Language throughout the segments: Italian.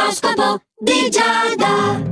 L'oroscopo di Giada.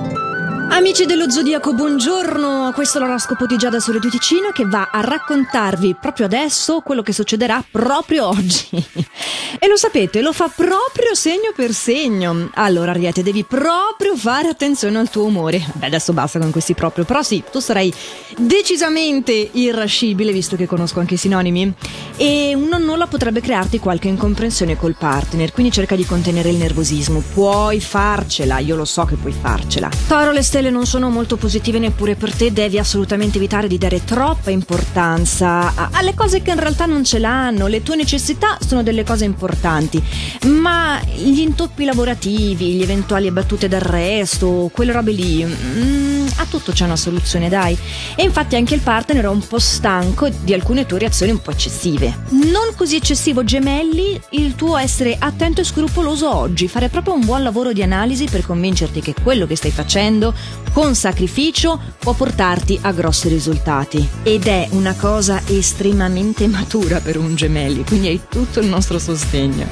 Amici dello Zodiaco, buongiorno, questo è l'oroscopo di Giada su Radio Ticino che va a raccontarvi proprio adesso quello che succederà proprio oggi. E lo sapete, lo fa proprio segno per segno. Allora Ariete, devi proprio fare attenzione al tuo umore. Beh, adesso basta con questi proprio, però sì, tu sarai decisamente irascibile, visto che conosco anche i sinonimi, e un nonnulla potrebbe crearti qualche incomprensione col partner, quindi cerca di contenere il nervosismo. Puoi farcela, io lo so che puoi farcela. Toro, le stelle non sono molto positive neppure per te, devi assolutamente evitare di dare troppa importanza alle cose che in realtà non ce l'hanno. Le tue necessità sono delle cose importanti, ma gli intoppi lavorativi, gli eventuali battute d'arresto, quelle robe lì, a tutto c'è una soluzione, dai. E infatti anche il partner è un po' stanco di alcune tue reazioni un po' eccessive. Non così eccessivo, Gemelli, il tuo essere attento e scrupoloso oggi, fare proprio un buon lavoro di analisi per convincerti che quello che stai facendo con sacrificio può portarti a grossi risultati, ed è una cosa estremamente matura per un Gemelli, quindi hai tutto il nostro sostegno.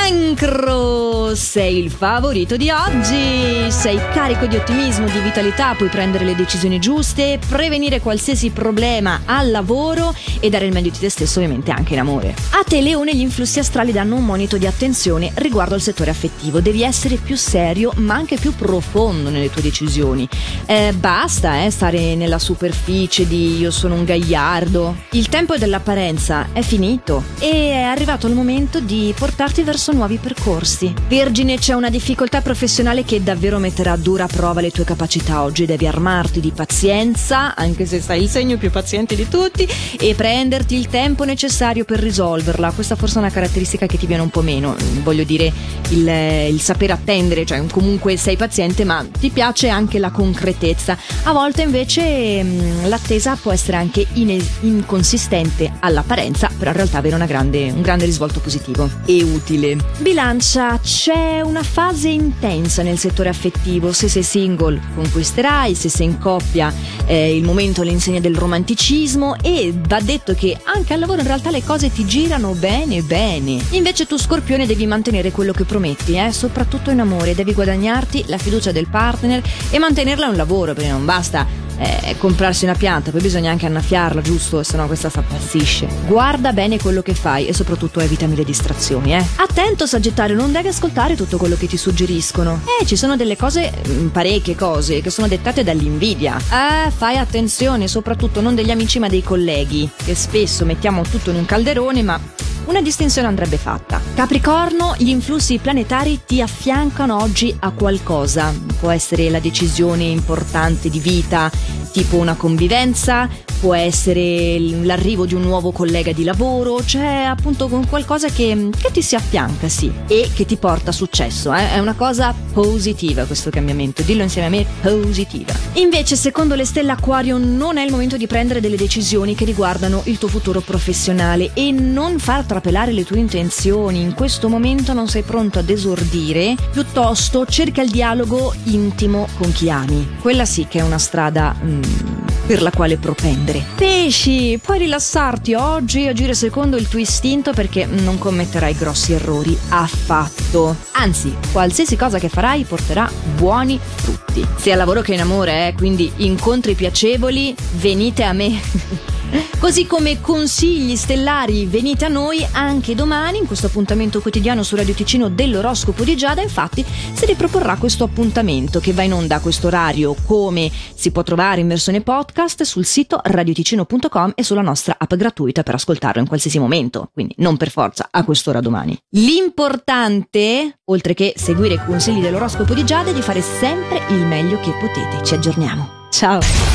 Cancro, sei il favorito di oggi, sei carico di ottimismo, di vitalità, puoi prendere le decisioni giuste, prevenire qualsiasi problema al lavoro e dare il meglio di te stesso, ovviamente anche in amore. A te, Leone, gli influssi astrali danno un monito di attenzione riguardo al settore affettivo, devi essere più serio ma anche più profondo nelle tue decisioni. Basta stare nella superficie di io sono un gagliardo. Il tempo dell'apparenza è finito e è arrivato il momento di portarti verso nuovi percorsi. Vergine, c'è una difficoltà professionale che davvero metterà a dura prova le tue capacità oggi, devi armarti di pazienza, anche se sei il segno più paziente di tutti, e prenderti il tempo necessario per risolverla. Questa forse è una caratteristica che ti viene un po' meno, voglio dire il saper attendere, cioè comunque sei paziente ma ti piace anche la concretezza. A volte invece l'attesa può essere anche inconsistente all'apparenza, però in realtà avere un grande risvolto positivo e utile. Bilancia, c'è una fase intensa nel settore affettivo, se sei single conquisterai, se sei in coppia il momento all'insegna del romanticismo, e va detto che anche al lavoro in realtà le cose ti girano bene. Invece tu, Scorpione, devi mantenere quello che prometti, soprattutto in amore, devi guadagnarti la fiducia del partner e mantenerla a un lavoro, perché non basta comprarsi una pianta, poi bisogna anche annaffiarla, giusto? Se no questa s'appassisce. Guarda bene quello che fai e soprattutto evitami le distrazioni. Attento, Sagittario, non devi ascoltare tutto quello che ti suggeriscono. Ci sono delle cose, parecchie cose, che sono dettate dall'invidia. Fai attenzione, soprattutto non degli amici ma dei colleghi, che spesso mettiamo tutto in un calderone, ma una distinzione andrebbe fatta. Capricorno, gli influssi planetari ti affiancano oggi a qualcosa. Può essere la decisione importante di vita, tipo una convivenza, può essere l'arrivo di un nuovo collega di lavoro, cioè appunto con qualcosa che ti si affianca, sì, e che ti porta successo. È una cosa positiva questo cambiamento, dillo insieme a me, positiva. Invece, secondo le stelle, Acquario, non è il momento di prendere delle decisioni che riguardano il tuo futuro professionale e non far trapelare le tue intenzioni. In questo momento non sei pronto ad esordire, piuttosto cerca il dialogo intimo con chi ami. Quella sì che è una strada per la quale propendere. Pesci, puoi rilassarti oggi e agire secondo il tuo istinto, perché non commetterai grossi errori affatto. Anzi, qualsiasi cosa che farai porterà buoni frutti, sia al lavoro che in amore, quindi incontri piacevoli, venite a me. Così come consigli stellari, venite a noi anche domani in questo appuntamento quotidiano su Radio Ticino dell'oroscopo di Giada. Infatti si riproporrà questo appuntamento che va in onda a questo orario, come si può trovare in versione podcast sul sito radioticino.com e sulla nostra app gratuita per ascoltarlo in qualsiasi momento, quindi non per forza a quest'ora domani. L'importante, oltre che seguire i consigli dell'oroscopo di Giada, è di fare sempre il meglio che potete. Ci aggiorniamo. Ciao!